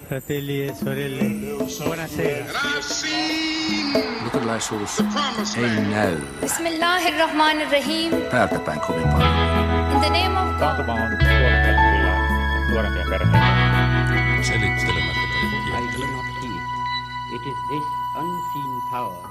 Fratelli e sorelle, buonasera. Luterilaisuus ei näy Bismillahirrahmanirrahim. täältä päin kovin paljon. In the name of God. Taantuma on tuonut kyllä nuorempia perheitä. Selittelemättä I kaikkia. do not heed. It is this unseen power.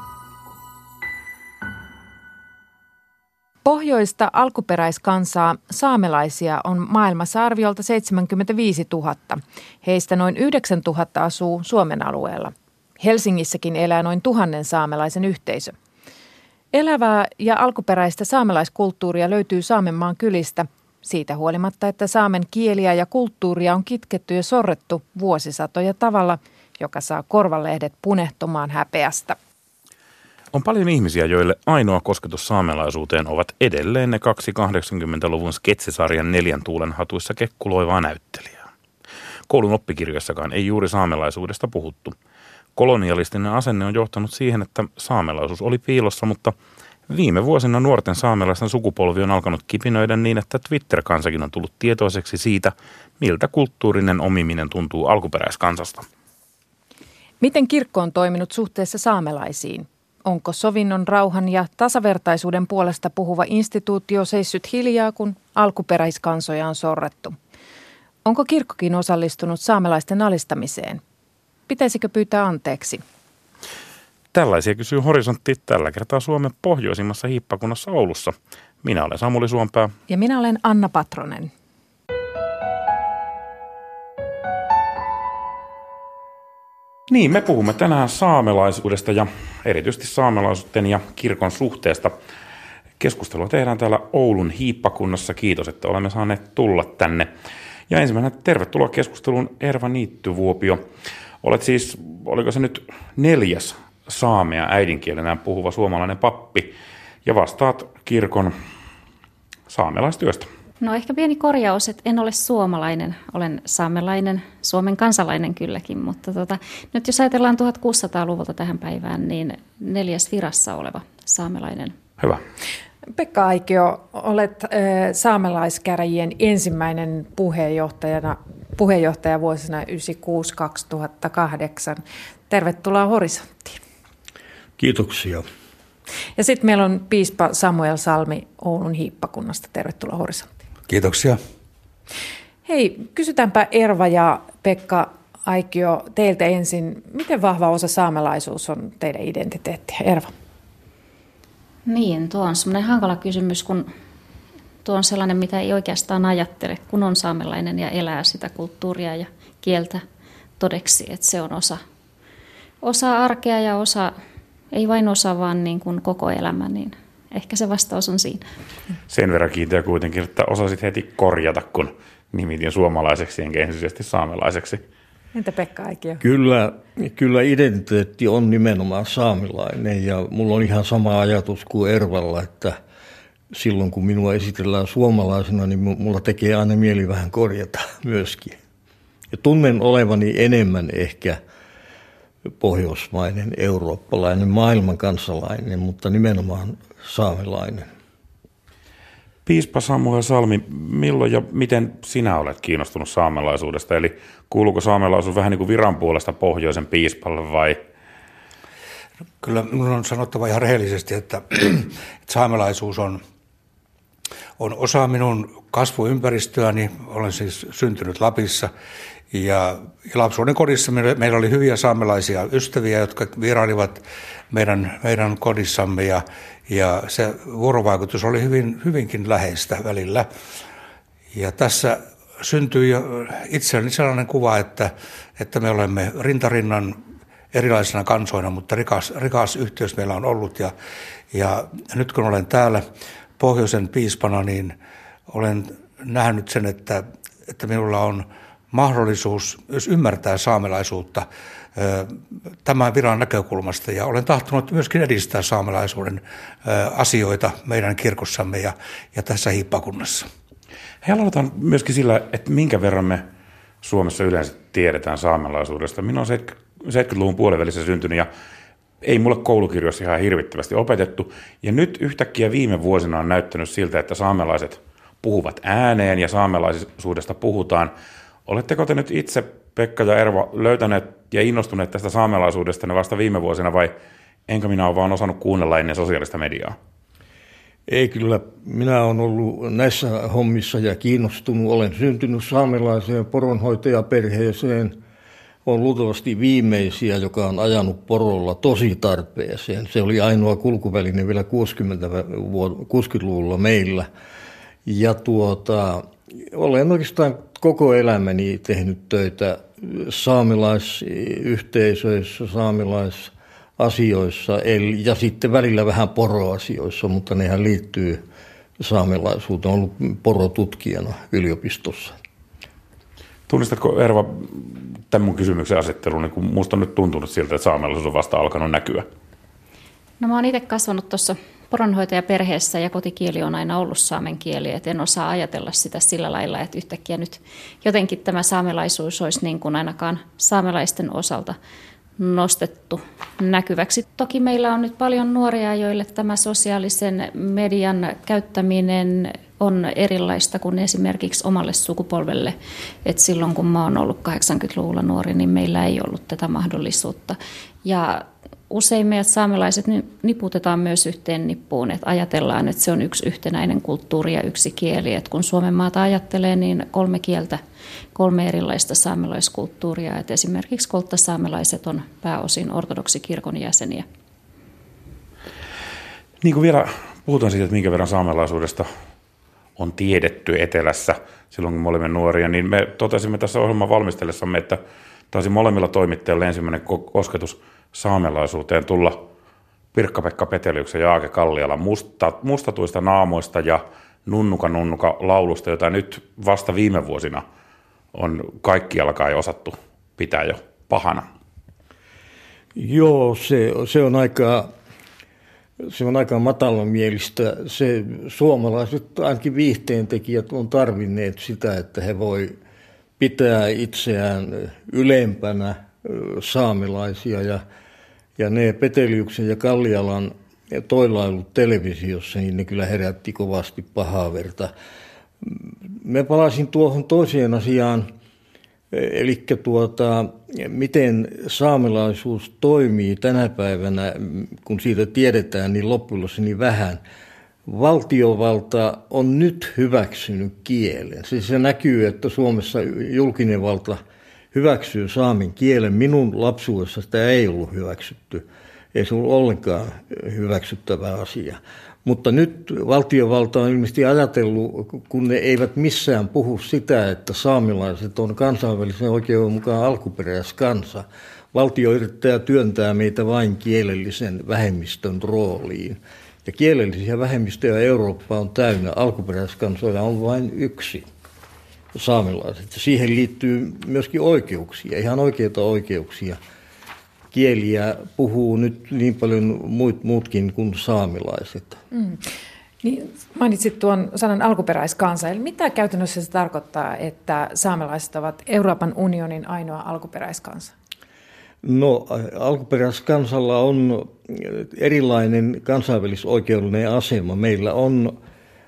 Pohjoista alkuperäiskansaa saamelaisia on maailmassa arviolta 75 000. Heistä noin 9 000 asuu Suomen alueella. Helsingissäkin elää noin 1000 saamelaisen yhteisö. Elävää ja alkuperäistä saamelaiskulttuuria löytyy Saamenmaan kylistä, siitä huolimatta, että saamen kieliä ja kulttuuria on kitketty ja sorrettu vuosisatoja tavalla, joka saa korvalehdet punehtumaan häpeästä. On paljon ihmisiä, joille ainoa kosketus saamelaisuuteen ovat edelleen ne 2 80-luvun sketsisarjan 4 tuulen hatuissa kekkuloivaa näyttelijää. Koulun oppikirjoissakaan ei juuri saamelaisuudesta puhuttu. Kolonialistinen asenne on johtanut siihen, että saamelaisuus oli piilossa, mutta viime vuosina nuorten saamelaisten sukupolvi on alkanut kipinöidä niin, että Twitter-kansakin on tullut tietoiseksi siitä, miltä kulttuurinen omiminen tuntuu alkuperäiskansasta. Miten kirkko on toiminut suhteessa saamelaisiin? Onko sovinnon, rauhan ja tasavertaisuuden puolesta puhuva instituutio seissyt hiljaa, kun alkuperäiskansoja on sorrettu? Onko kirkkokin osallistunut saamelaisten alistamiseen? Pitäisikö pyytää anteeksi? Tällaisia kysyy Horisontti tällä kertaa Suomen pohjoisimmassa hiippakunnassa Oulussa. Minä olen Samuli Suompää. Ja minä olen Anna Patronen. Niin, me puhumme tänään saamelaisuudesta ja erityisesti saamelaisuuden ja kirkon suhteesta. Keskustelua tehdään täällä Oulun hiippakunnassa. Kiitos, että olemme saaneet tulla tänne. Ja ensimmäisenä tervetuloa keskusteluun Erva Niittyvuopio. Olet siis, oliko se nyt 4. saamea äidinkielenään puhuva suomalainen pappi ja vastaat kirkon saamelaistyöstä. No ehkä pieni korjaus, että en ole suomalainen, olen saamelainen, Suomen kansalainen kylläkin, mutta nyt jos ajatellaan 1600-luvulta tähän päivään, niin 4. virassa oleva saamelainen. Hyvä. Pekka Aikio, olet saamelaiskäräjien ensimmäinen puheenjohtaja vuosina 1996-2008. Tervetuloa Horisonttiin. Kiitoksia. Ja sitten meillä on piispa Samuel Salmi Oulun hiippakunnasta. Tervetuloa Horisonttiin. Kiitoksia. Hei, kysytäänpä Erva ja Pekka Aikio teiltä ensin. Miten vahva osa saamelaisuus on teidän identiteettiä? Erva. Niin, tuo on semmoinen hankala kysymys, kun tuo on sellainen, mitä ei oikeastaan ajattele, kun on saamelainen ja elää sitä kulttuuria ja kieltä todeksi, että se on osa arkea ja ei vain osa, vaan niin kuin koko elämä, niin ehkä se vastaus on siinä. Sen verran kiinteä kuitenkin, että osasit heti korjata, kun nimitin suomalaiseksi enkä ensisijaisesti saamelaiseksi. Entä Pekka Aikio? Kyllä identiteetti on nimenomaan saamelainen ja mulla on ihan sama ajatus kuin Ervalla, että silloin kun minua esitellään suomalaisena, niin mulla tekee aina mieli vähän korjata myöskin. Ja tunnen olevani enemmän ehkä pohjoismainen, eurooppalainen, maailmankansalainen, mutta nimenomaan saamelainen. Piispa Samuel Salmi, milloin ja miten sinä olet kiinnostunut saamelaisuudesta? Eli kuuluuko saamelaisuus vähän niin kuin viran puolesta pohjoisen piispalle vai? Kyllä minun on sanottava ihan rehellisesti, että saamelaisuus on osa minun kasvuympäristöäni. Olen siis syntynyt Lapissa ja lapsuuden kodissa meillä oli hyviä saamelaisia ystäviä, jotka vierailivat meidän kodissamme ja se vuorovaikutus oli hyvinkin läheistä välillä. Ja tässä syntyi itselleni sellainen kuva, että me olemme rintarinnan erilaisina kansoina, mutta rikas yhteys meillä on ollut. Ja nyt kun olen täällä pohjoisen piispana, niin olen nähnyt sen, että minulla on mahdollisuus myös ymmärtää saamelaisuutta tämän viran näkökulmasta. Ja olen tahtonut myöskin edistää saamelaisuuden asioita meidän kirkossamme ja tässä hiippakunnassa. Hei, aloitetaan myöskin sillä, että minkä verran me Suomessa yleensä tiedetään saamelaisuudesta. Minä olen 70-luvun puolivälissä syntynyt ja ei mulle koulukirjoissa ihan hirvittävästi opetettu. Ja nyt yhtäkkiä viime vuosina on näyttänyt siltä, että saamelaiset puhuvat ääneen ja saamelaisuudesta puhutaan. Oletteko te nyt itse, Pekka ja Erva, löytäneet ja innostuneet tästä saamelaisuudesta vasta viime vuosina vai enkä minä ole vaan osannut kuunnella ennen sosiaalista mediaa? Ei kyllä, minä olen ollut näissä hommissa ja kiinnostunut. Olen syntynyt saamelaiseen poronhoitajaperheeseen. On luultavasti viimeisiä, joka on ajanut porolla tosi tarpeeseen. Se oli ainoa kulkuväline vielä 60-luvulla meillä. Ja olen oikeastaan koko elämäni tehnyt töitä saamelaisyhteisöissä, saamelaisasioissa ja sitten välillä vähän poroasioissa, mutta nehän liittyy saamelaisuuteen. Olen ollut porotutkijana yliopistossa. Tunnistatko, Erva, tämän mun kysymyksen asettelun, niin kun musta on nyt tuntunut siltä, että saamelaisuus on vasta alkanut näkyä? No mä oon itse kasvanut tuossa poronhoitajaperheessä ja kotikieli on aina ollut saamen kieli, et en osaa ajatella sitä sillä lailla, että yhtäkkiä nyt jotenkin tämä saamelaisuus olisi niin kuin ainakaan saamelaisten osalta nostettu näkyväksi. Toki meillä on nyt paljon nuoria, joille tämä sosiaalisen median käyttäminen on erilaista kuin esimerkiksi omalle sukupolvelle. Et silloin kun mä oon ollut 80-luvulla nuori, niin meillä ei ollut tätä mahdollisuutta. Ja usein meidät saamelaiset niputetaan myös yhteen nippuun, että ajatellaan, että se on yksi yhtenäinen kulttuuri ja yksi kieli. Et kun Suomen maata ajattelee, niin 3 kieltä, 3 erilaista saamelaiskulttuuria. Et esimerkiksi kolttasaamelaiset on pääosin ortodoksikirkon jäseniä. Niin kuin vielä puhutaan siitä, että minkä verran saamelaisuudesta on tiedetty etelässä silloin, kun me olimme nuoria, niin me totesimme tässä ohjelman valmistellessamme, että taisi molemmilla toimittajilla ensimmäinen kosketus saamelaisuuteen tulla Pirkka-Pekka Peteliuksen ja Aake Kallialan mustatuista naamoista ja nunnuka laulusta, jota nyt vasta viime vuosina on kaikkialla jo osattu pitää jo pahana. Joo, se on aika matalamielistä. Suomalaiset, ainakin viihteentekijät, on tarvinneet sitä, että he voi pitää itseään ylempänä saamelaisia ja ne Peteliuksen ja Kallialan toilailut televisiossa, niin ne kyllä herätti kovasti pahaa verta. Mä palasin tuohon toiseen asiaan, eli miten saamelaisuus toimii tänä päivänä, kun siitä tiedetään niin loppujen lopuksi niin vähän. Valtiovalta on nyt hyväksynyt kielen. Se näkyy, että Suomessa julkinen valta hyväksyy saamen kielen. Minun lapsuudessa sitä ei ollut hyväksytty. Ei se ollut ollenkaan hyväksyttävä asia. Mutta nyt valtiovalta on ilmeisesti ajatellut, kun ne eivät missään puhu sitä, että saamelaiset on kansainvälisen oikeuden mukaan alkuperäiskansa. Valtio yrittää työntää meitä vain kielellisen vähemmistön rooliin. Ja kielellisiä vähemmistöjä Eurooppa on täynnä, alkuperäiskansoja on vain yksi, saamelaiset. Siihen liittyy myöskin oikeuksia, ihan oikeita oikeuksia. Kieliä puhuu nyt niin paljon muutkin kuin saamelaiset. Niin, mainitsit tuon sanan alkuperäiskansa. Eli mitä käytännössä se tarkoittaa, että saamelaiset ovat Euroopan unionin ainoa alkuperäiskansa? No, alkuperäiskansalla on erilainen kansainvälisoikeudellinen asema. Meillä on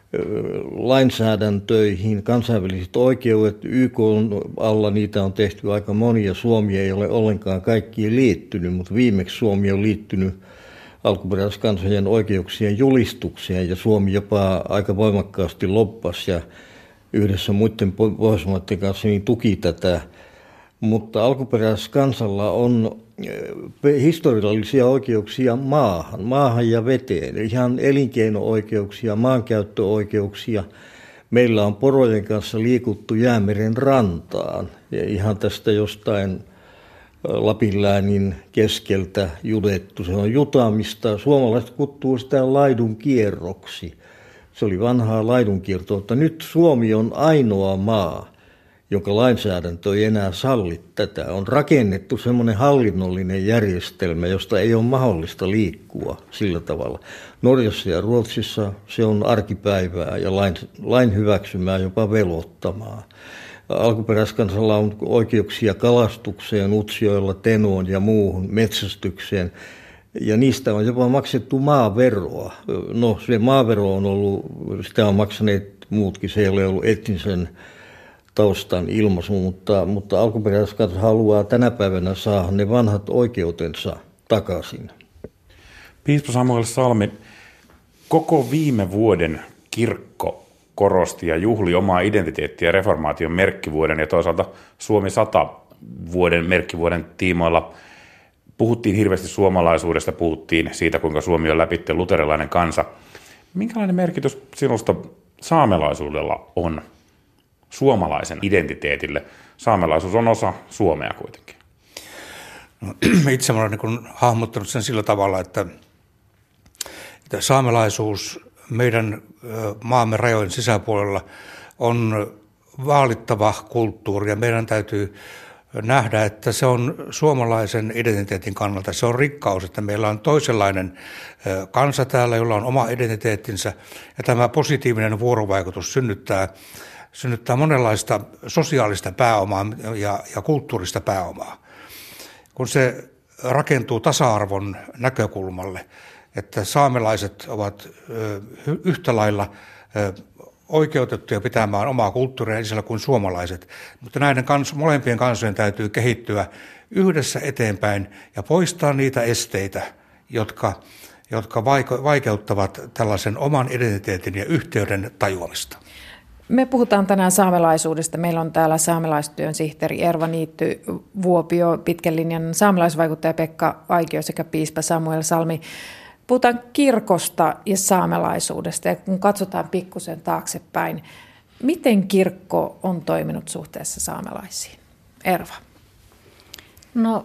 lainsäädäntöihin kansainväliset oikeudet. YK alla niitä on tehty aika monia. Suomi ei ole ollenkaan kaikkiin liittynyt, mutta viimeksi Suomi on liittynyt alkuperäiskansojen oikeuksien julistukseen ja Suomi jopa aika voimakkaasti loppasi ja yhdessä muiden Pohjoismaiden kanssa niin tuki tätä. Mutta alkuperäiskansalla on historiallisia oikeuksia maahan ja veteen, ihan elinkeino-oikeuksia, maankäyttöoikeuksia. Meillä on porojen kanssa liikuttu Jäämeren rantaan ja ihan tästä jostain Lapinläänin keskeltä jutettu. Se on jutaamista. Suomalaiset kutsuu sitä laidun kierroksi. Se oli vanhaa laidunkiertoa, mutta nyt Suomi on ainoa maa, jonka lainsäädäntö ei enää salli tätä. On rakennettu semmoinen hallinnollinen järjestelmä, josta ei ole mahdollista liikkua sillä tavalla. Norjassa ja Ruotsissa se on arkipäivää ja lain hyväksymää, jopa velottamaa. Alkuperäiskansalla on oikeuksia kalastukseen, Utsjoella, Tenoon ja muuhun metsästykseen. Ja niistä on jopa maksettu maaveroa. No, se maavero on ollut, sitä on maksaneet muutkin, se ei ole ollut etnisen taustan ilmaisu, mutta alkuperäiskansa haluaa tänä päivänä saada ne vanhat oikeutensa takaisin. Piispa Samuel Salmi, koko viime vuoden kirkko korosti ja juhli omaa identiteettiä reformaation merkkivuoden ja toisaalta Suomi 100 vuoden merkkivuoden tiimoilla. Puhuttiin hirveästi suomalaisuudesta, puhuttiin siitä, kuinka Suomi on läpitte luterilainen kansa. Minkälainen merkitys sinusta saamelaisuudella on suomalaisen identiteetille? Saamelaisuus on osa Suomea kuitenkin. No, itse olen niin hahmottanut sen sillä tavalla, että saamelaisuus meidän maamme rajojen sisäpuolella on vaalittava kulttuuri ja meidän täytyy nähdä, että se on suomalaisen identiteetin kannalta, se on rikkaus, että meillä on toisenlainen kansa täällä, jolla on oma identiteettinsä ja tämä positiivinen vuorovaikutus synnyttää monenlaista sosiaalista pääomaa ja kulttuurista pääomaa. Kun se rakentuu tasa-arvon näkökulmalle, että saamelaiset ovat yhtä lailla oikeutettuja pitämään omaa kulttuuria esillä kuin suomalaiset, mutta näiden molempien kansojen täytyy kehittyä yhdessä eteenpäin ja poistaa niitä esteitä, jotka vaikeuttavat tällaisen oman identiteetin ja yhteyden tajuamista. Me puhutaan tänään saamelaisuudesta. Meillä on täällä saamelaistyön sihteeri Erva Niitty-Vuopio, pitkän linjan saamelaisvaikuttaja Pekka Aikio sekä piispa Samuel Salmi. Puhutaan kirkosta ja saamelaisuudesta ja kun katsotaan pikkusen taaksepäin, miten kirkko on toiminut suhteessa saamelaisiin? Erva. No,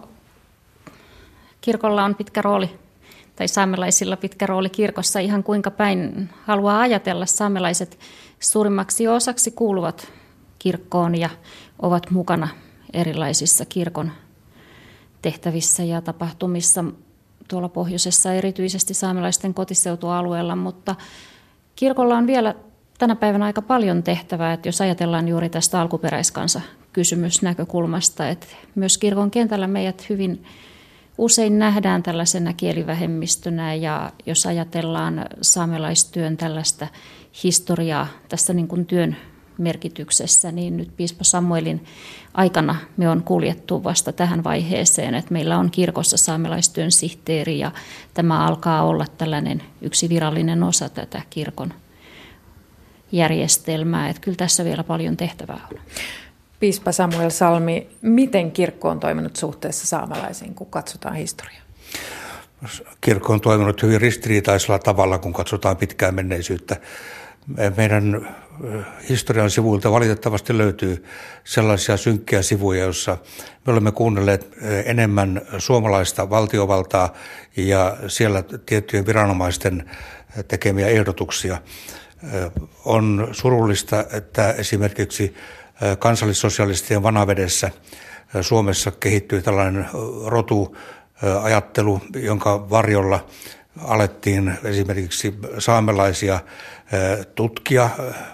kirkolla on pitkä rooli, tai saamelaisilla pitkä rooli kirkossa, ihan kuinka päin haluaa ajatella. Saamelaiset suurimmaksi osaksi kuuluvat kirkkoon ja ovat mukana erilaisissa kirkon tehtävissä ja tapahtumissa tuolla pohjoisessa, erityisesti saamelaisten kotiseutualueella, mutta kirkolla on vielä tänä päivänä aika paljon tehtävää, että jos ajatellaan juuri tästä alkuperäiskansa-kysymysnäkökulmasta, että myös kirkon kentällä meidät hyvin usein nähdään tällaisena kielivähemmistönä, ja jos ajatellaan saamelaistyön tällaista historiaa tässä niin kuin työn merkityksessä, niin nyt piispa Samuelin aikana me on kuljettu vasta tähän vaiheeseen, että meillä on kirkossa saamelaistyön sihteeri ja tämä alkaa olla tällainen yksi virallinen osa tätä kirkon järjestelmää, että kyllä tässä vielä paljon tehtävää on. Piispa Samuel Salmi, miten kirkko on toiminut suhteessa saamelaisiin, kun katsotaan historiaa? Kirkko on toiminut hyvin ristiriitaisella tavalla, kun katsotaan pitkään menneisyyttä. Meidän historian sivuilta valitettavasti löytyy sellaisia synkkiä sivuja, joissa me olemme kuunnelleet enemmän suomalaista valtiovaltaa ja siellä tiettyjen viranomaisten tekemiä ehdotuksia. On surullista, että esimerkiksi kansallissosialistien vanavedessä Suomessa kehittyi tällainen rotuajattelu, jonka varjolla alettiin esimerkiksi saamelaisia tutkia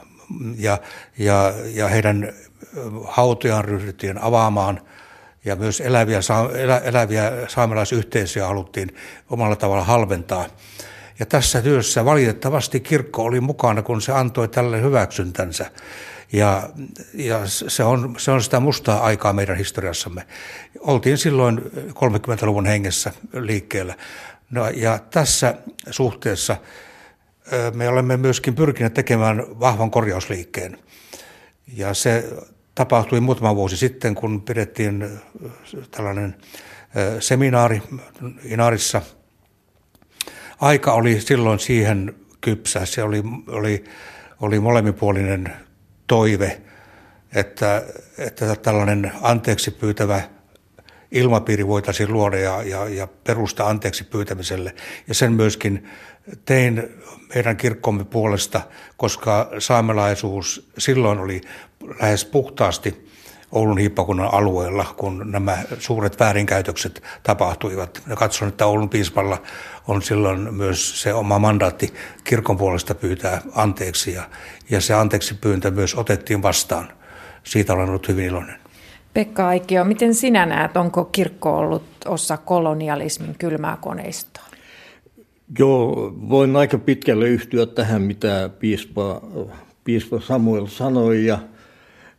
ja heidän hautojaan ryhdyttiin avaamaan ja myös eläviä saamelaisyhteisöjä haluttiin omalla tavalla halventaa. Ja tässä työssä valitettavasti kirkko oli mukana, kun se antoi tälle hyväksyntänsä. Ja se on sitä mustaa aikaa meidän historiassamme. Oltiin silloin 30-luvun hengessä liikkeellä. No, ja tässä suhteessa me olemme myöskin pyrkineet tekemään vahvan korjausliikkeen. Ja se tapahtui muutama vuosi sitten, kun pidettiin tällainen seminaari Inarissa. Aika oli silloin siihen kypsä. Se oli molemminpuolinen toive, että tällainen anteeksi pyytävä ilmapiiri voitaisiin luoda ja perusta anteeksi pyytämiselle. Ja sen myöskin tein meidän kirkkomme puolesta, koska saamelaisuus silloin oli lähes puhtaasti Oulun hiippakunnan alueella, kun nämä suuret väärinkäytökset tapahtuivat. Ja katson, että Oulun piispalla on silloin myös se oma mandaatti kirkon puolesta pyytää anteeksi. Ja se anteeksi pyyntö myös otettiin vastaan. Siitä olen ollut hyvin iloinen. Pekka Aikio, miten sinä näet, onko kirkko ollut osa kolonialismin kylmää koneistoa? Joo, voin aika pitkälle yhtyä tähän, mitä piispa Samuel sanoi.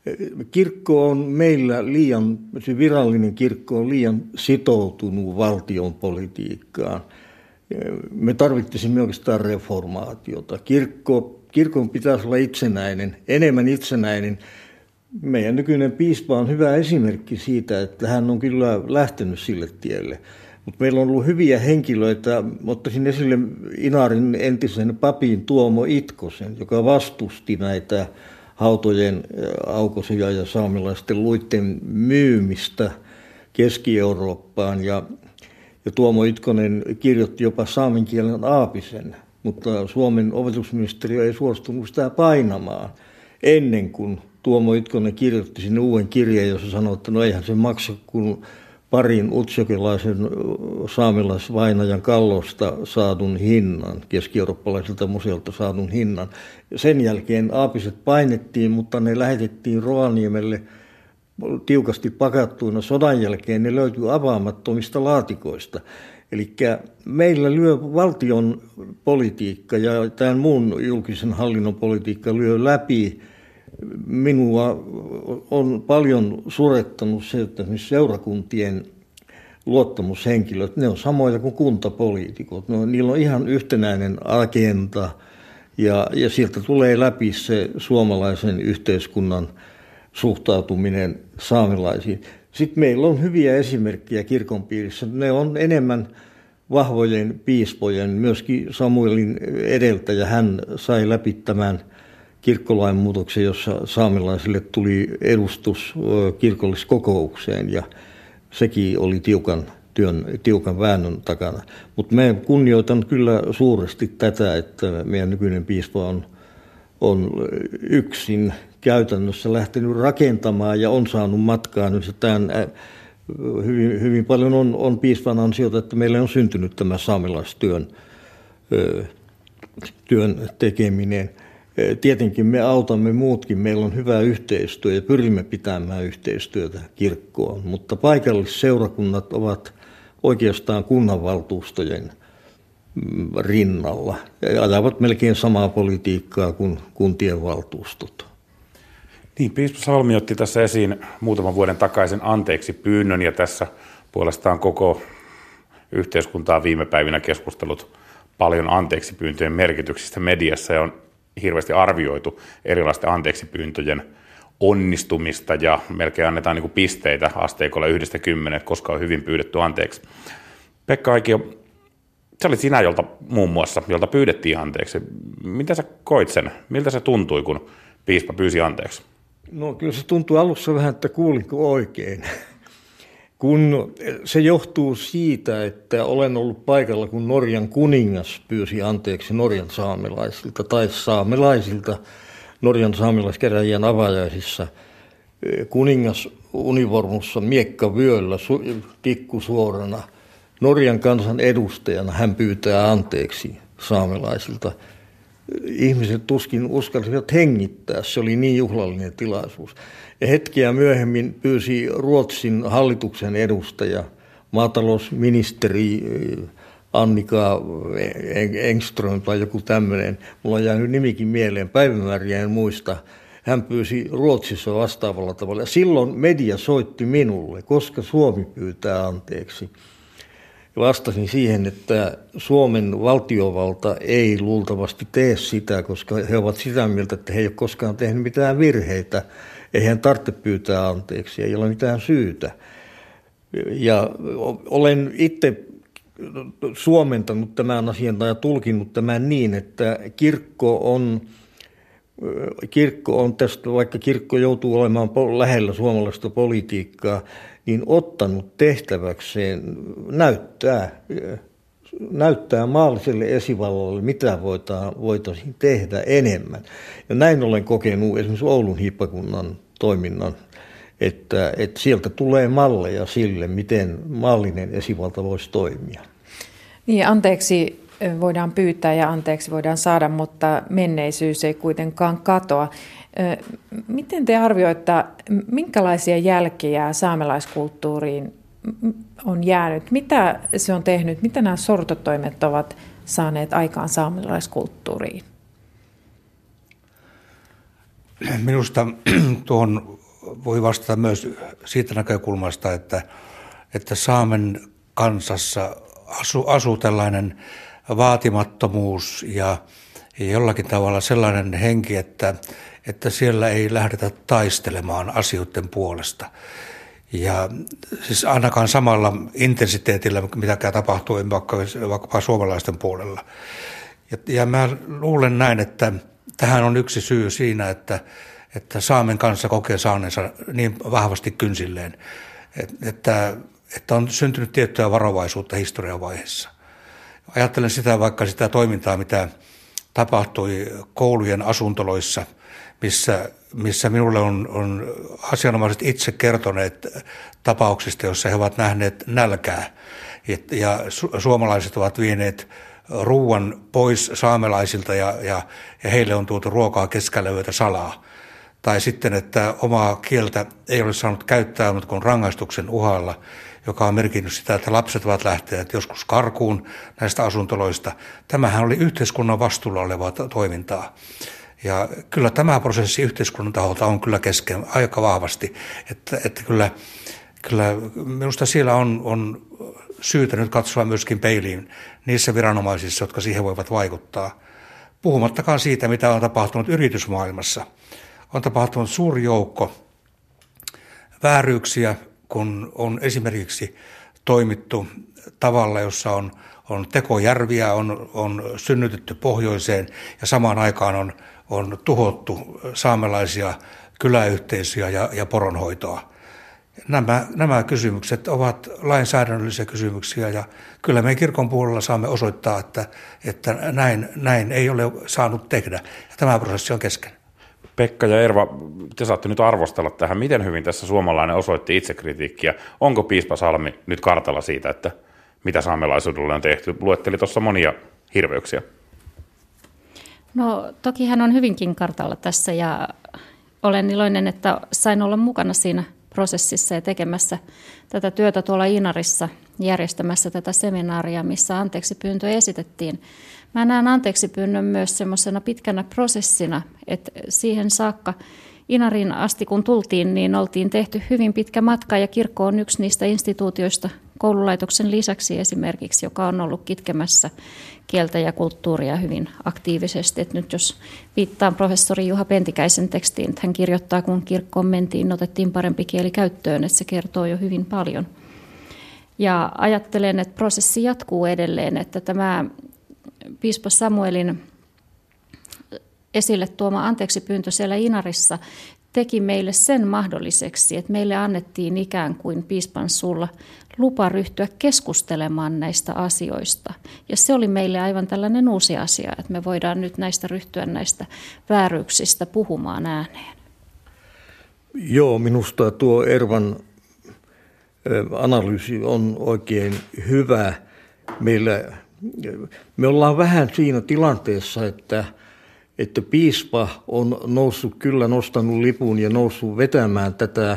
Kirkko on meillä se virallinen kirkko on liian sitoutunut valtion politiikkaan. Me tarvitsisimme oikeastaan reformaatiota. Kirkon pitäisi olla itsenäinen, enemmän itsenäinen. Meidän nykyinen piispa on hyvä esimerkki siitä, että hän on kyllä lähtenyt sille tielle. Mutta meillä on ollut hyviä henkilöitä. Ottaisin esille Inarin entisen papin Tuomo Itkosen, joka vastusti näitä hautojen aukosia ja saamelaisten luitten myymistä Keski-Eurooppaan. Ja Tuomo Itkonen kirjoitti jopa saamen kielen aapisen, mutta Suomen opetusministeriö ei suostunut sitä painamaan ennen kuin Tuomo Itkonen kirjoitti sinne uuden kirjeen, jossa sanoi, että no eihän se maksa kuin parin utsjokelaisen saamelaisvainajan kallosta saadun hinnan, keski-eurooppalaiselta museolta saadun hinnan. Sen jälkeen aapiset painettiin, mutta ne lähetettiin Rovaniemelle tiukasti pakattuina. Sodan jälkeen ne löytyi avaamattomista laatikoista. Eli meillä lyö valtion politiikka ja tämän muun julkisen hallinnon politiikka lyö läpi. Minua on paljon surettanut se, että seurakuntien luottamushenkilöt, ne on samoja kuin kuntapoliitikot. Niillä on ihan yhtenäinen agenda ja sieltä tulee läpi se suomalaisen yhteiskunnan suhtautuminen saamelaisiin. Sitten meillä on hyviä esimerkkejä kirkon piirissä. Ne on enemmän vahvojen piispojen, myöskin Samuelin edeltäjä. Hän sai läpi tämän kirkkolain muutoksen, jossa saamelaisille tuli edustus kirkolliskokoukseen ja sekin oli tiukan väännön takana. Mutta mä kunnioitan kyllä suuresti tätä, että meidän nykyinen piispa on yksin käytännössä lähtenyt rakentamaan ja on saanut matkaa. Nyt hyvin, hyvin paljon on piispan ansiota, että meillä on syntynyt tämä saamelaistyön tekeminen. Tietenkin me autamme muutkin, meillä on hyvä yhteistyö ja pyrimme pitämään yhteistyötä kirkkoon, mutta paikallisseurakunnat ovat oikeastaan kunnanvaltuustojen rinnalla ja ajavat melkein samaa politiikkaa kuin kuntien valtuustot. Niin, piispa Salmi otti tässä esiin muutaman vuoden takaisen anteeksi pyynnön ja tässä puolestaan koko yhteiskuntaa on viime päivinä keskustellut paljon anteeksipyyntöjen merkityksistä mediassa ja on hirveästi arvioitu erilaisten anteeksipyyntöjen onnistumista ja melkein annetaan niin kuin pisteitä asteikolla 1–10, koska on hyvin pyydetty anteeksi. Pekka Aikio, sä olit sinä, muun muassa, jolta pyydettiin anteeksi. Miten sä koit sen? Miltä se tuntui, kun piispa pyysi anteeksi? No kyllä se tuntui alussa vähän, että kuulinko oikein. Kun se johtuu siitä, että olen ollut paikalla, kun Norjan kuningas pyysi anteeksi Norjan saamelaisilta tai saamelaisilta Norjan saamelaiskäräjien avajaisissa. Kuningas univormussa, miekkavyöllä, tikku suorana. Norjan kansan edustajana hän pyytää anteeksi saamelaisilta. Ihmiset tuskin uskalsivat hengittää, se oli niin juhlallinen tilaisuus. Ja hetkeä myöhemmin pyysi Ruotsin hallituksen edustaja, maatalousministeri Annika Engström tai joku tämmöinen. Mulla on jäänyt nimikin mieleen, päivämääriä en muista. Hän pyysi Ruotsissa vastaavalla tavalla. Ja silloin media soitti minulle, koska Suomi pyytää anteeksi. Vastasin siihen, että Suomen valtiovalta ei luultavasti tee sitä, koska he ovat sitä mieltä, että he ei ole koskaan tehnyt mitään virheitä. Ei hän tarvitse pyytää anteeksi, ei ole mitään syytä. Ja olen itse suomentanut tämän asian ja tulkinnut tämän niin, että kirkko on tästä, vaikka kirkko joutuu olemaan lähellä suomalaista politiikkaa, niin ottanut tehtäväkseen näyttää maalliselle esivallalle, mitä voitaisiin tehdä enemmän. Ja näin olen kokenut esimerkiksi Oulun hiippakunnan toiminnan, että sieltä tulee malleja sille, miten maallinen esivalta voisi toimia. Niin, anteeksi voidaan pyytää ja anteeksi voidaan saada, mutta menneisyys ei kuitenkaan katoa. Miten te arvioitte, minkälaisia jälkiä saamelaiskulttuuriin on jäänyt? Mitä se on tehnyt? Mitä nämä sortotoimet ovat saaneet aikaan saamelaiskulttuuriin? Minusta tuohon voi vastata myös siitä näkökulmasta, että saamen kansassa asuu tällainen vaatimattomuus ja jollakin tavalla sellainen henki, että siellä ei lähdetä taistelemaan asioiden puolesta. Ja siis ainakaan samalla intensiteetillä, mitä tapahtuu vaikkapa suomalaisten puolella. Ja mä luulen näin, että tähän on yksi syy siinä, että saamen kanssa kokee saaneensa niin vahvasti kynsilleen, että on syntynyt tiettyä varovaisuutta historian vaiheessa. Ajattelen vaikka sitä toimintaa, mitä tapahtui koulujen asuntoloissa, missä minulle on asianomaiset itse kertoneet tapauksista, joissa he ovat nähneet nälkää ja suomalaiset ovat vieneet ruuan pois saamelaisilta ja heille on tuotu ruokaa keskellä yötä salaa. Tai sitten, että omaa kieltä ei ole saanut käyttää, mutta kun rangaistuksen uhalla, joka on merkinnyt sitä, että lapset ovat lähteneet joskus karkuun näistä asuntoloista. Tämähän oli yhteiskunnan vastuulla olevaa toimintaa. Ja kyllä tämä prosessi yhteiskunnan taholta on kyllä kesken aika vahvasti, että kyllä minusta siellä on syytä nyt katsoa myöskin peiliin niissä viranomaisissa, jotka siihen voivat vaikuttaa. Puhumattakaan siitä, mitä on tapahtunut yritysmaailmassa. On tapahtunut suuri joukko vääryyksiä, kun on esimerkiksi toimittu tavalla, jossa on tekojärviä, on synnytetty pohjoiseen ja samaan aikaan on tuhottu saamelaisia kyläyhteisöjä ja poronhoitoa. Nämä kysymykset ovat lainsäädännöllisiä kysymyksiä ja kyllä me kirkon puolella saamme osoittaa, että näin ei ole saanut tehdä ja tämä prosessi on kesken. Pekka ja Erva, te saatte nyt arvostella tähän. Miten hyvin tässä suomalainen osoitti itsekritiikkiä? Onko piispa Salmi nyt kartalla siitä, että mitä saamelaisuudelle on tehty? Luetteli tuossa monia hirveyksiä. No toki hän on hyvinkin kartalla tässä ja olen iloinen, että sain olla mukana siinä prosessissa ja tekemässä tätä työtä tuolla Inarissa, järjestämässä tätä seminaaria, missä anteeksipyyntö esitettiin. Mä näen anteeksipyynnön myös semmoisena pitkänä prosessina, että siihen saakka Inariin asti kun tultiin, niin oltiin tehty hyvin pitkä matka ja kirkko on yksi niistä instituutioista koululaitoksen lisäksi esimerkiksi, joka on ollut kitkemässä kieltä ja kulttuuria hyvin aktiivisesti. Et nyt jos viittaan professori Juha Pentikäisen tekstiin, että hän kirjoittaa, kun kirkkoon mentiin, otettiin parempi kieli käyttöön, että se kertoo jo hyvin paljon. Ja ajattelen, että prosessi jatkuu edelleen, että tämä piispa Samuelin esille tuoma anteeksipyyntö siellä Inarissa teki meille sen mahdolliseksi, että meille annettiin ikään kuin piispan suulla lupa ryhtyä keskustelemaan näistä asioista. Ja se oli meille aivan tällainen uusi asia, että me voidaan nyt ryhtyä näistä vääryyksistä puhumaan ääneen. Joo, minusta tuo Ervan analyysi on oikein hyvä. Me ollaan vähän siinä tilanteessa, että piispa on nostanut lipun ja noussut vetämään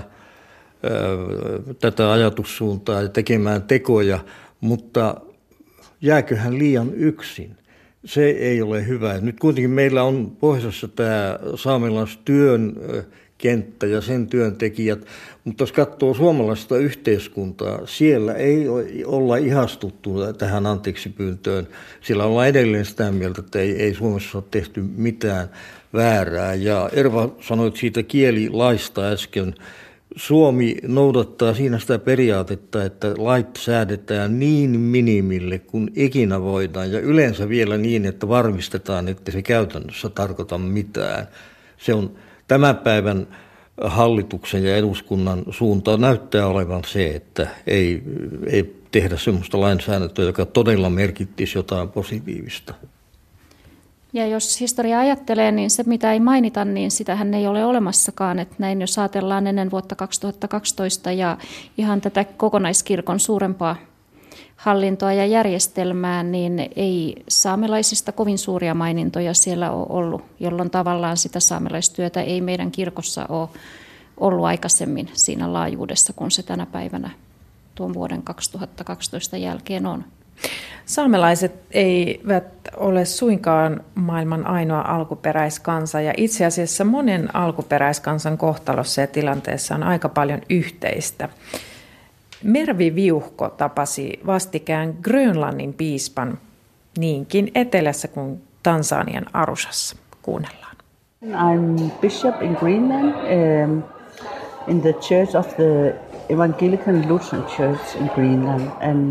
tätä ajatussuuntaa ja tekemään tekoja, mutta jääkö hän liian yksin? Se ei ole hyvä. Nyt kuitenkin meillä on pohjoisessa tämä saamelaistyön kenttä ja sen työntekijät, mutta jos katsoo suomalaista yhteiskuntaa, siellä ei olla ihastuttu tähän anteeksipyyntöön. Siellä ollaan edelleen sitä mieltä, että ei Suomessa ole tehty mitään väärää. Ja Erva sanoi siitä kielilaista äsken. Suomi noudattaa siinä sitä periaatetta, että lait säädetään niin minimille kuin ikinä voidaan ja yleensä vielä niin, että varmistetaan, että se käytännössä tarkoita mitään. Se on tämän päivän hallituksen ja eduskunnan suunta näyttää olevan se, että ei tehdä sellaista lainsäädäntöä, joka todella merkittisi jotain positiivista. Ja jos historia ajattelee, niin se mitä ei mainita, niin sitähän ei ole olemassakaan. Että näin jos ajatellaan ennen vuotta 2012 ja ihan tätä kokonaiskirkon suurempaa hallintoa ja järjestelmää, niin ei saamelaisista kovin suuria mainintoja siellä ole ollut, jolloin tavallaan sitä saamelaistyötä ei meidän kirkossa ole ollut aikaisemmin siinä laajuudessa, kun se tänä päivänä tuon vuoden 2012 jälkeen on. Saamelaiset eivät ole suinkaan maailman ainoa alkuperäiskansa ja itse asiassa monen alkuperäiskansan kohtalossa ja tilanteessa on aika paljon yhteistä. Mervi Viuhko tapasi vastikään Grönlannin piispan niinkin etelässä kuin Tansanian Arushassa. Kuunnellaan. I'm bishop in Greenland in the Church of the Evangelical Lutheran Church in Greenland and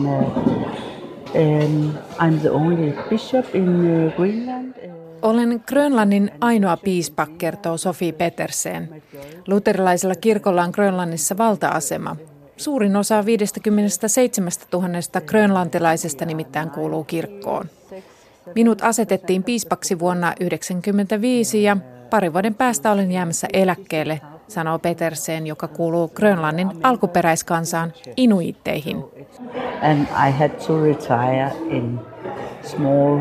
I'm the only bishop in Greenland. Olen Grönlannin ainoa piispa, kertoo Sofie Petersen. Luterilaisella kirkolla on Grönlannissa valta-asema. Suurin osa 57 000 grönlantilaisesta nimittäin kuuluu kirkkoon. Minut asetettiin piispaksi vuonna 1995 ja pari vuoden päästä olen jäämässä eläkkeelle, sanoo Petersen, joka kuuluu Grönlannin alkuperäiskansaan inuitteihin. And I had to retire in small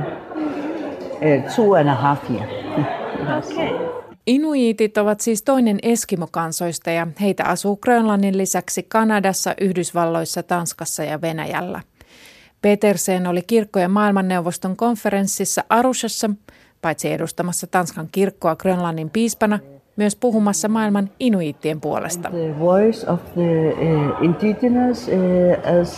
2.5 years. Okay. Inuiitit ovat siis toinen eskimokansoista ja heitä asuu Grönlannin lisäksi Kanadassa, Yhdysvalloissa, Tanskassa ja Venäjällä. Petersen oli kirkkojen maailmanneuvoston konferenssissa Arushassa, paitsi edustamassa Tanskan kirkkoa Grönlannin piispana, myös puhumassa maailman inuiittien puolesta. The voice of the indigenous as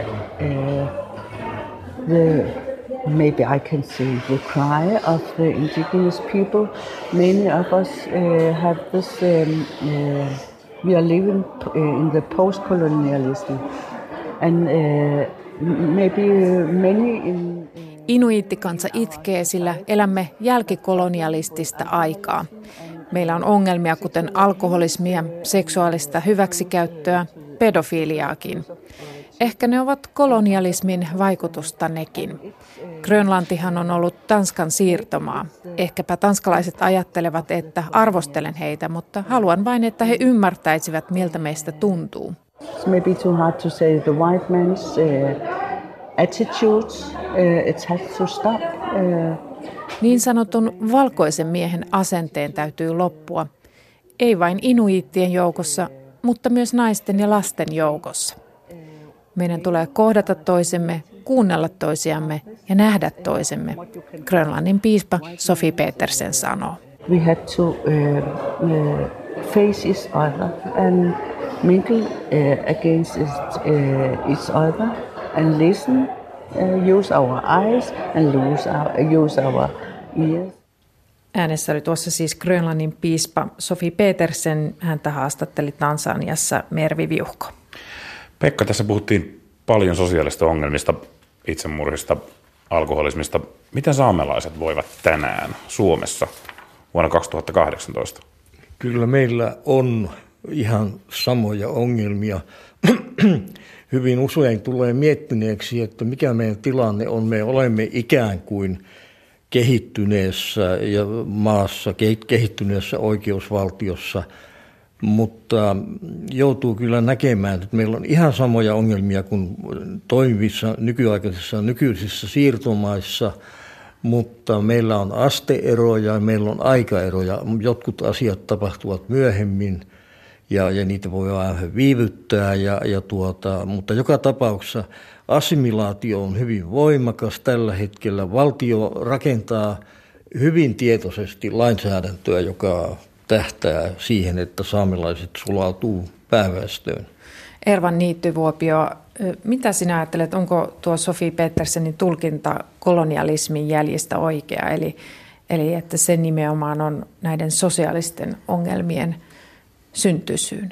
maybe I can say the cry of the indigenous people. Many of us have this, we are living in the post-colonialism and maybe many in... Inuiittikansa itkee, sillä elämme jälkikolonialistista aikaa. Meillä on ongelmia kuten alkoholismia, seksuaalista hyväksikäyttöä, pedofiliaakin. Ehkä ne ovat kolonialismin vaikutusta nekin. Grönlantihan on ollut Tanskan siirtomaa. Ehkäpä tanskalaiset ajattelevat, että arvostelen heitä, mutta haluan vain, että he ymmärtäisivät, miltä meistä tuntuu. It's maybe too hard to say the white man's attitudes. It has to stop. Niin sanotun valkoisen miehen asenteen täytyy loppua. Ei vain inuiittien joukossa, mutta myös naisten ja lasten joukossa. Meidän tulee kohdata toisemme, kuunnella toisiamme ja nähdä toisemme, Grönlannin piispa Sofie Petersen sanoo. We had to face each other and mingle against each other and listen, use our eyes and use our ears. Äänessä oli tuossa siis Grönlannin piispa Sofie Petersen. Häntä haastatteli Tansaniassa Mervi Viuhko. Pekka, tässä puhuttiin paljon sosiaalista ongelmista, itsemurhista, alkoholismista. Miten saamelaiset voivat tänään Suomessa vuonna 2018? Kyllä meillä on ihan samoja ongelmia. Hyvin usein tulee miettineeksi, että mikä meidän tilanne on. Me olemme ikään kuin kehittyneessä ja maassa, kehittyneessä oikeusvaltiossa, mutta joutuu kyllä näkemään, että meillä on ihan samoja ongelmia kuin toimivissa nykyisissä siirtomaissa, mutta meillä on asteeroja ja meillä on aikaeroja. Jotkut asiat tapahtuvat myöhemmin ja niitä voi vähän viivyttää, mutta joka tapauksessa assimilaatio on hyvin voimakas tällä hetkellä. Valtio rakentaa hyvin tietoisesti lainsäädäntöä, joka tähtää siihen, että saamelaiset sulautuu pääväestöön. Ervan Niittyvuopio, mitä sinä ajattelet, onko tuo Sofie Petersenin tulkinta kolonialismin jäljistä oikea? Eli että se nimenomaan on näiden sosiaalisten ongelmien syntysyynä?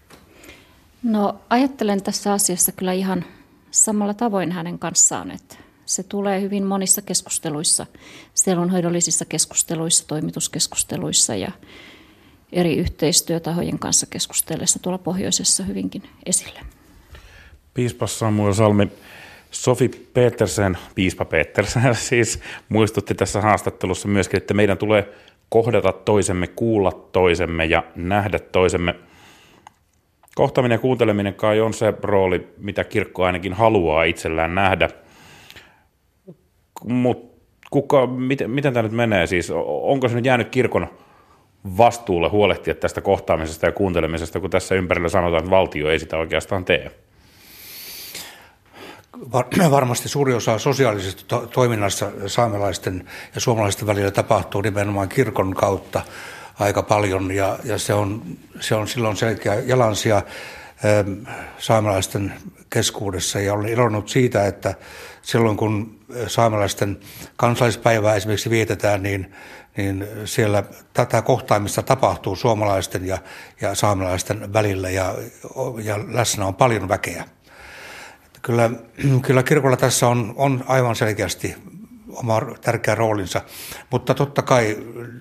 No ajattelen tässä asiassa kyllä ihan samalla tavoin hänen kanssaan, että se tulee hyvin monissa keskusteluissa, sielunhoidollisissa keskusteluissa, toimituskeskusteluissa ja eri yhteistyötahojen kanssa keskustellessa tuolla pohjoisessa hyvinkin esille. Piispa Samuel Salmi, Sofie Petersen, piispa Petersen siis muistutti tässä haastattelussa myöskin, että meidän tulee kohdata toisemme, kuulla toisemme ja nähdä toisemme. Kohtaaminen ja kuunteleminen kai on se rooli, mitä kirkko ainakin haluaa itsellään nähdä. Mutta miten tämä nyt menee? Siis, onko se nyt jäänyt kirkon vastuulle huolehtia tästä kohtaamisesta ja kuuntelemisesta, kun tässä ympärillä sanotaan, että valtio ei sitä oikeastaan tee? varmasti suuri osa sosiaalisesta toiminnasta saamelaisten ja suomalaisten välillä tapahtuu nimenomaan kirkon kautta aika paljon, ja se on silloin selkeä jalansija saamelaisten keskuudessa, ja olen ilonnut siitä, että silloin kun saamelaisten kansallispäivää esimerkiksi vietetään, niin siellä tätä kohtaamista tapahtuu suomalaisten ja saamelaisten välillä, ja läsnä on paljon väkeä. Kyllä kirkolla tässä on aivan selkeästi oma tärkeä roolinsa, mutta totta kai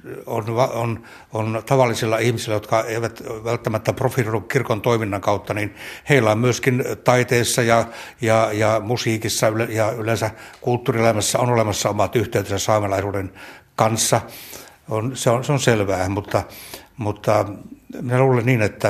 on tavallisilla ihmisillä, jotka eivät välttämättä profiloidu kirkon toiminnan kautta, niin heillä on myöskin taiteessa ja musiikissa ja yleensä kulttuurielämässä on olemassa omat yhteytensä saamelaisuuden kanssa. Se on selvää, mutta minä luulen niin, että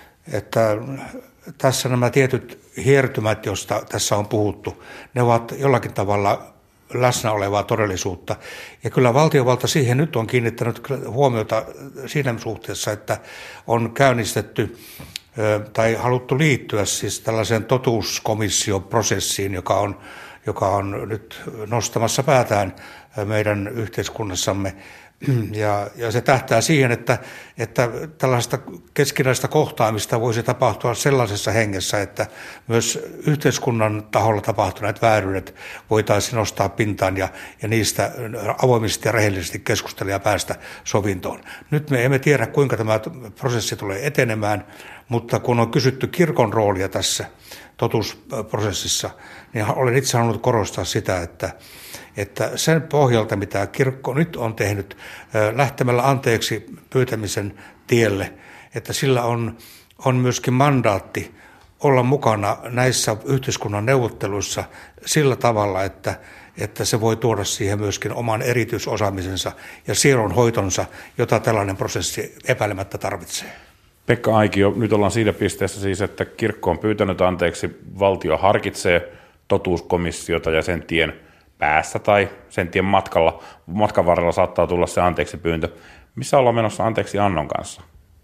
tässä nämä tietyt hiertymät, joista tässä on puhuttu, ne ovat jollakin tavalla läsnä olevaa todellisuutta. Ja kyllä valtiovalta siihen nyt on kiinnittänyt huomiota siinä suhteessa, että on käynnistetty tai haluttu liittyä siis tällaiseen totuuskomissioprosessiin, joka on nyt nostamassa päätään meidän yhteiskunnassamme. Ja se tähtää siihen, että tällaista keskinäistä kohtaamista voisi tapahtua sellaisessa hengessä, että myös yhteiskunnan taholla tapahtuneet vääryydet voitaisiin nostaa pintaan ja niistä avoimesti ja rehellisesti keskustella ja päästä sovintoon. Nyt me emme tiedä, kuinka tämä prosessi tulee etenemään, mutta kun on kysytty kirkon roolia tässä totuusprosessissa, niin olen itse halunnut korostaa sitä, että sen pohjalta, mitä kirkko nyt on tehnyt lähtemällä anteeksi pyytämisen tielle, että sillä on myöskin mandaatti olla mukana näissä yhteiskunnan neuvotteluissa sillä tavalla, että se voi tuoda siihen myöskin oman erityisosaamisensa ja sielunhoitonsa, jota tällainen prosessi epäilemättä tarvitsee. Pekka Aikio, nyt ollaan siinä pisteessä siis, että kirkko on pyytänyt anteeksi, valtio harkitsee totuuskomissiota ja sen tien päässä tai sen tien matkan varrella saattaa tulla se anteeksi pyyntö. Missä ollaan menossa anteeksi annon kanssa?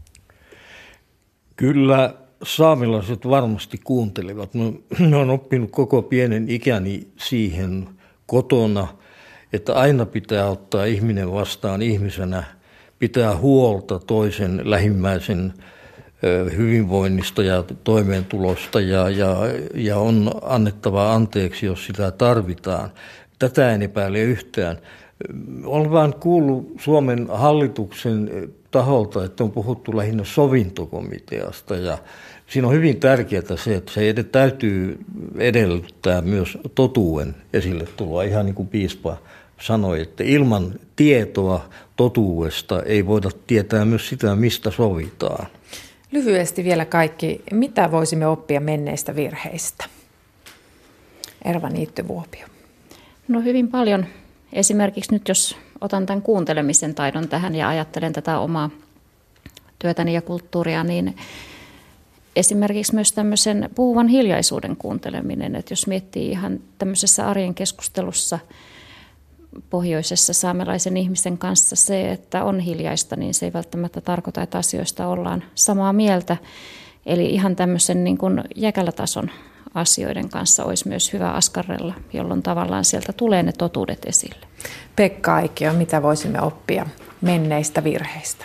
Kyllä saamelaiset varmasti kuuntelevat. Mä oon oppinut koko pienen ikäni siihen kotona, että aina pitää ottaa ihminen vastaan ihmisenä, pitää huolta toisen lähimmäisen hyvinvoinnista ja toimeentulosta ja on annettava anteeksi, jos sitä tarvitaan. Tätä en epäile yhtään. Olen vain kuullut Suomen hallituksen taholta, että on puhuttu lähinnä sovintokomiteasta ja siinä on hyvin tärkeää se, että se täytyy edellyttää myös totuuden esille tuloa, ihan niin kuin piispa sanoi, että ilman tietoa totuudesta ei voida tietää myös sitä, mistä sovitaan. Lyhyesti vielä kaikki, mitä voisimme oppia menneistä virheistä? Erva Niitty-Vuopio. No hyvin paljon. Esimerkiksi nyt jos otan tämän kuuntelemisen taidon tähän ja ajattelen tätä omaa työtäni ja kulttuuria, niin esimerkiksi myös tämmöisen puhuvan hiljaisuuden kuunteleminen, että jos miettii ihan tämmöisessä arjen keskustelussa pohjoisessa saamelaisen ihmisten kanssa se, että on hiljaista, niin se ei välttämättä tarkoita, että asioista ollaan samaa mieltä. Eli ihan tämmöisen niin kuin jäkälätason asioiden kanssa olisi myös hyvä askarrella, jolloin tavallaan sieltä tulee ne totuudet esille. Pekka Aikio, mitä voisimme oppia menneistä virheistä?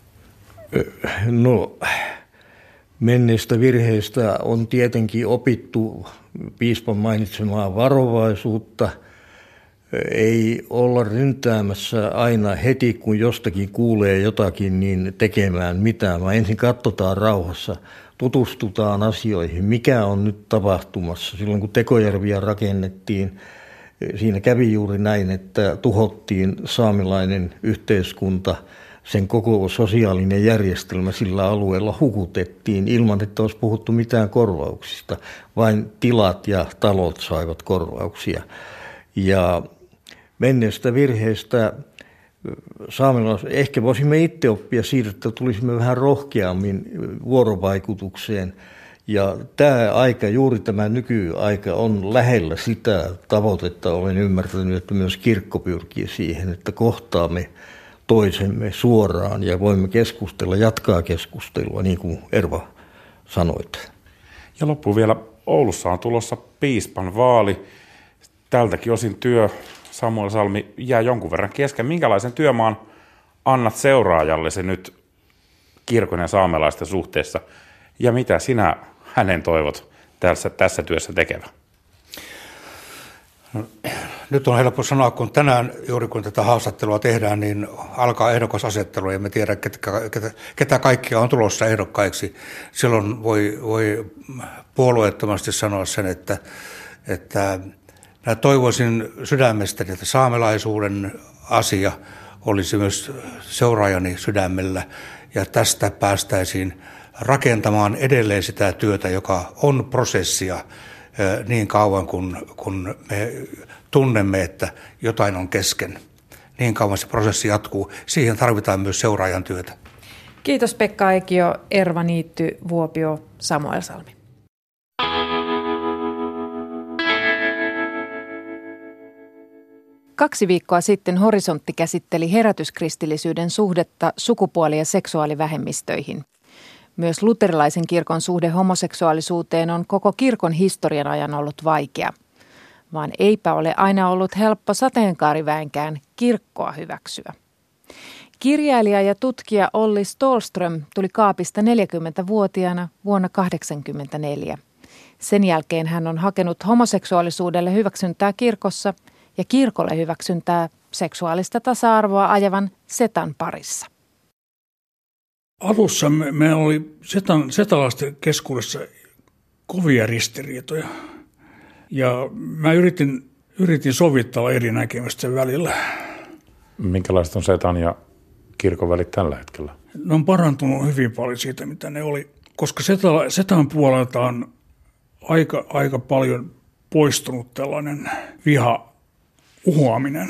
No, menneistä virheistä on tietenkin opittu piispan mainitsemaa varovaisuutta. Ei olla ryntäämässä aina heti, kun jostakin kuulee jotakin, niin tekemään mitään, vaan ensin katsotaan rauhassa, tutustutaan asioihin, mikä on nyt tapahtumassa. Silloin kun Tekojärviä rakennettiin, siinä kävi juuri näin, että tuhottiin saamelainen yhteiskunta, sen koko sosiaalinen järjestelmä sillä alueella hukutettiin ilman, että olisi puhuttu mitään korvauksista. Vain tilat ja talot saivat korvauksia. Ja menneestä virheestä ehkä voisimme itse oppia siitä, että tulisimme vähän rohkeammin vuorovaikutukseen. Ja tämä aika, juuri tämä nykyaika on lähellä sitä tavoitetta, olen ymmärtänyt, että myös kirkko pyrkii siihen, että kohtaamme toisemme suoraan ja voimme keskustella, jatkaa keskustelua, niin kuin Erva sanoit. Ja loppuun vielä Oulussa on tulossa piispan vaali. Tältäkin osin työ, Samuel Salmi, jää jonkun verran kesken. Minkälaisen työmaan annat seuraajallesi nyt kirkon ja saamelaisten suhteessa? Ja mitä sinä hänen toivot tässä työssä tekevä? No, nyt on helppo sanoa, kun tänään juuri kun tätä haastattelua tehdään, niin alkaa ehdokasasettelu ja me tiedä, ketä kaikkia on tulossa ehdokkaiksi. Silloin voi puolueettomasti sanoa sen, että mä toivoisin sydämestäni, että saamelaisuuden asia olisi myös seuraajani sydämellä ja tästä päästäisiin rakentamaan edelleen sitä työtä, joka on prosessia niin kauan kun me tunnemme, että jotain on kesken. Niin kauan se prosessi jatkuu. Siihen tarvitaan myös seuraajan työtä. Kiitos Pekka Eikio, Erva Niitty, Vuopio, Samuel Salmi. Kaksi viikkoa sitten Horisontti käsitteli herätyskristillisyyden suhdetta sukupuoli- ja seksuaalivähemmistöihin. Myös luterilaisen kirkon suhde homoseksuaalisuuteen on koko kirkon historian ajan ollut vaikea. Vaan eipä ole aina ollut helppo sateenkaariväenkään kirkkoa hyväksyä. Kirjailija ja tutkija Olli Ståhlström tuli kaapista 40-vuotiaana vuonna 1984. Sen jälkeen hän on hakenut homoseksuaalisuudelle hyväksyntää kirkossa ja kirkolle hyväksyntää seksuaalista tasa-arvoa ajavan setan parissa. Alussa meillä oli setalaisten keskuudessa kovia ristiriitoja ja mä yritin sovittaa eri näkemysten välillä. Minkälaiset on setan ja kirkon välit tällä hetkellä? Ne on parantunut hyvin paljon siitä, mitä ne oli, koska setan puolelta on aika paljon poistunut tällainen uhoaminen.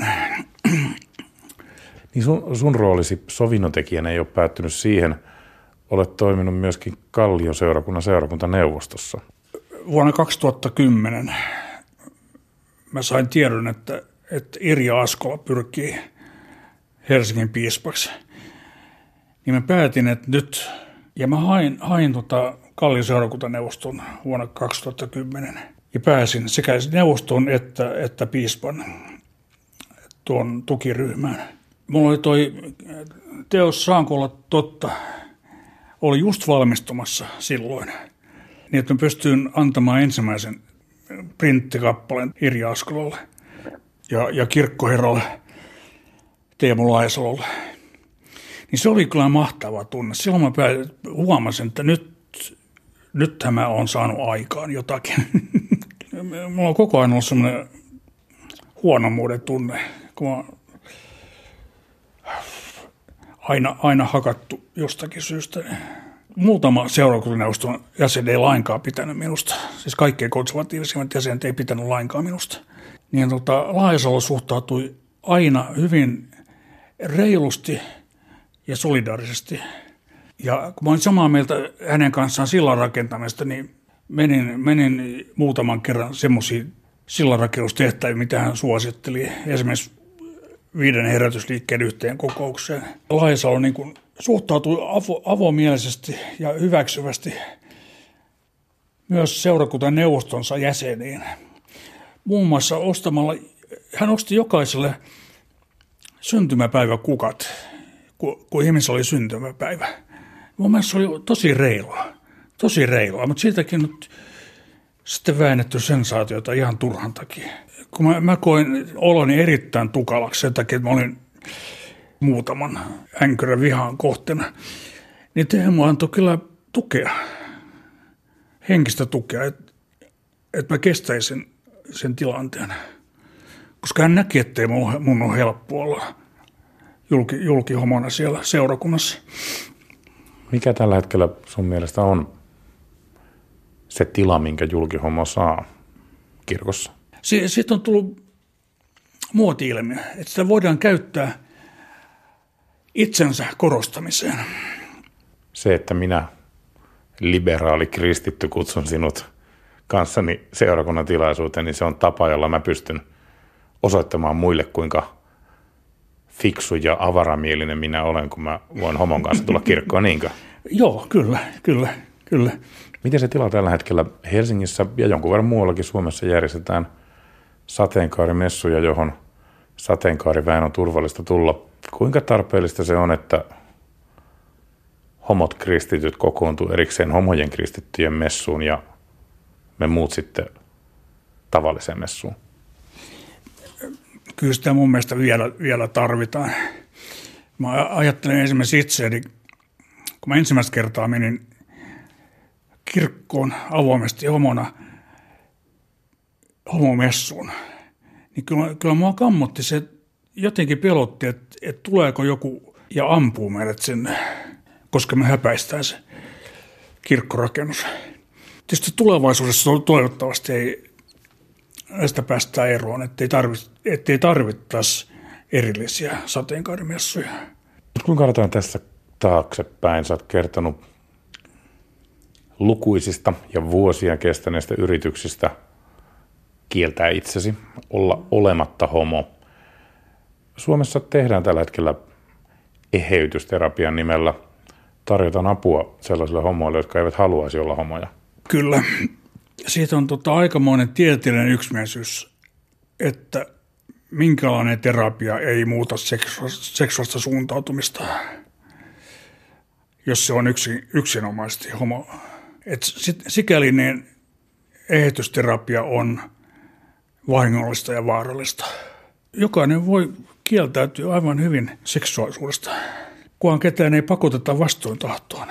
Niin sun roolisi sovinnontekijänä ei ole päättynyt siihen. Olet toiminut myöskin Kallion seurakunnan seurakuntaneuvostossa. Vuonna 2010 mä sain tiedon, että Irja Askola pyrkii Helsingin piispaksi. Niin mä päätin, että nyt, ja mä hain Kallion seurakuntaneuvoston vuonna 2010. Ja pääsin sekä neuvoston että piispan tuon tukiryhmään. Mulla oli toi teos Saanko olla totta, oli just valmistumassa silloin, niin että mä pystyin antamaan ensimmäisen printtikappaleen Irja Askolalle ja kirkkoherralle Teemu Laisalolle. Niin se oli kyllä mahtava tunne. Silloin mä huomasin, että nythän mä oon saanut aikaan jotakin. Mulla on koko ajan ollut semmoinen huonommuuden tunne, kun mä aina hakattu jostakin syystä. Muutama seurakuntaneuvoston jäsen ei lainkaan pitänyt minusta. Siis kaikkein konservatiivisimmat jäsenet ei pitänyt lainkaan minusta. Niin Laisalo suhtautui aina hyvin reilusti ja solidaarisesti. Ja kun mä olin samaa mieltä hänen kanssaan sillan rakentamista, niin menin muutaman kerran semmoisiin sillanrakennustehtäviin, mitä hän suositteli. Esimerkiksi 5 herätysliikkeen yhteen kokoukseen. Laisalo niin kuin suhtautui avomielisesti ja hyväksyvästi myös seurakuntaneuvostonsa jäseniin. Muun muassa hän osti jokaiselle syntymäpäiväkukat, kun ihmisellä oli syntymäpäivä. Mun mielestä se oli tosi reilua, mutta siitäkin nyt sitten väännetty sensaatiota ihan turhan takia. Kun mä koin oloni erittäin tukalaksi sen takia, että mä olin muutaman änkyrän vihan kohteena, niin Teemu antoi kyllä tukea, henkistä tukea, että mä kestäisin sen tilanteen. Koska hän näki, ettei mun ole helppo olla julkihomona siellä seurakunnassa. Mikä tällä hetkellä sun mielestä on se tila, minkä julkihomo saa kirkossa? Siitä on tullut muoti-ilmiö, että sitä voidaan käyttää itsensä korostamiseen. Se, että minä, liberaali kristitty, kutsun sinut kanssani seurakunnan tilaisuuteen, niin se on tapa, jolla mä pystyn osoittamaan muille, kuinka fiksu ja avaramielinen minä olen, kun mä voin homon kanssa tulla kirkkoon, niinkö? Joo, kyllä. Miten se tila tällä hetkellä Helsingissä ja jonkun verran muuallakin Suomessa järjestetään sateenkaarimessuja, johon sateenkaariväen on turvallista tulla? Kuinka tarpeellista se on, että homot kristityt kokoontuu erikseen homojen kristittyjen messuun ja me muut sitten tavalliseen messuun? Kyllä sitä mun mielestä vielä tarvitaan. Mä ajattelen esimerkiksi itseäni, kun mä ensimmäistä kertaa menin kirkkoon avoimesti homona homomessuun, niin kyllä mua kammotti se, jotenkin pelotti, että tuleeko joku ja ampuu meidät sinne, koska me häpäistään se kirkkorakennus. Tietysti tulevaisuudessa toivottavasti ei näistä päästään eroon, ettei tarvittaisi erillisiä sateenkaarimessuja. Kun katsotaan tässä taaksepäin, sä oot kertonut lukuisista ja vuosia kestäneistä yrityksistä kieltää itsesi, olla olematta homo. Suomessa tehdään tällä hetkellä eheytysterapian nimellä. Tarjotaan apua sellaisille homoille, jotka eivät haluaisi olla homoja. Kyllä. Siitä on aikamoinen tieteellinen yksimielisyys, että minkälainen terapia ei muuta seksuaalista suuntautumista, jos se on yksinomaisesti homo. Et sikäli niin eheytysterapia on vahingollista ja vaarallista. Jokainen voi kieltäytyä aivan hyvin seksuaalisuudesta, kunhan ketään ei pakoteta vastoin tahtoon.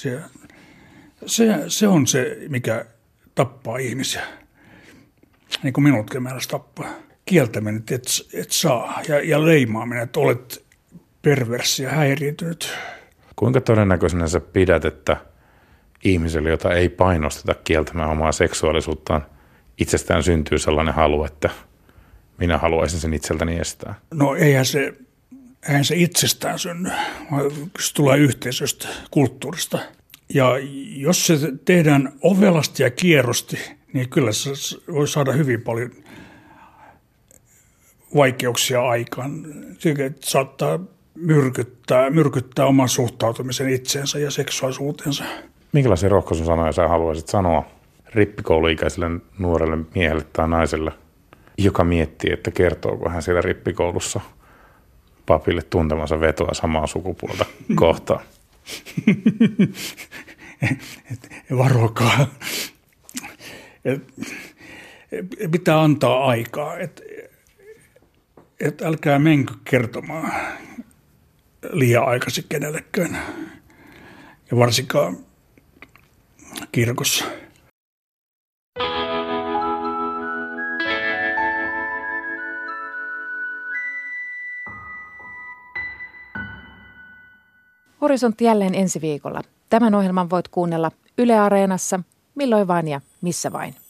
Se on se, mikä tappaa ihmisiä, niin kuin minutkin mielestä tappaa. Kieltäminen, että et saa, ja leimaaminen, että olet perverssi ja häiriintynyt. Kuinka todennäköisenä sä pidät, että ihmiselle, jota ei painosteta kieltämään omaa seksuaalisuuttaan, itsestään syntyy sellainen halu, että minä haluaisin sen itseltäni estää? No eihän se itsestään synny, vaan se tulee yhteisöstä, kulttuurista. Ja jos se tehdään ovelasti ja kierrosti, niin kyllä se voi saada hyvin paljon vaikeuksia aikaan. Se saattaa myrkyttää oman suhtautumisen itseensä ja seksuaalisuutensa. Minkälaisia rohkaisun sanoja sä haluaisit sanoa rippikouluikäiselle nuorelle miehelle tai naiselle, joka miettii, että kertooko hän siellä rippikoulussa papille tuntemansa vetoa samaa sukupuolta kohtaan? Varokaa. Pitää antaa aikaa. Älkää menkö kertomaan liian aikaisin kenellekään. Ja varsinkaan kirkossa. Horisontti jälleen ensi viikolla. Tämän ohjelman voit kuunnella Yle Areenassa, milloin vain ja missä vain.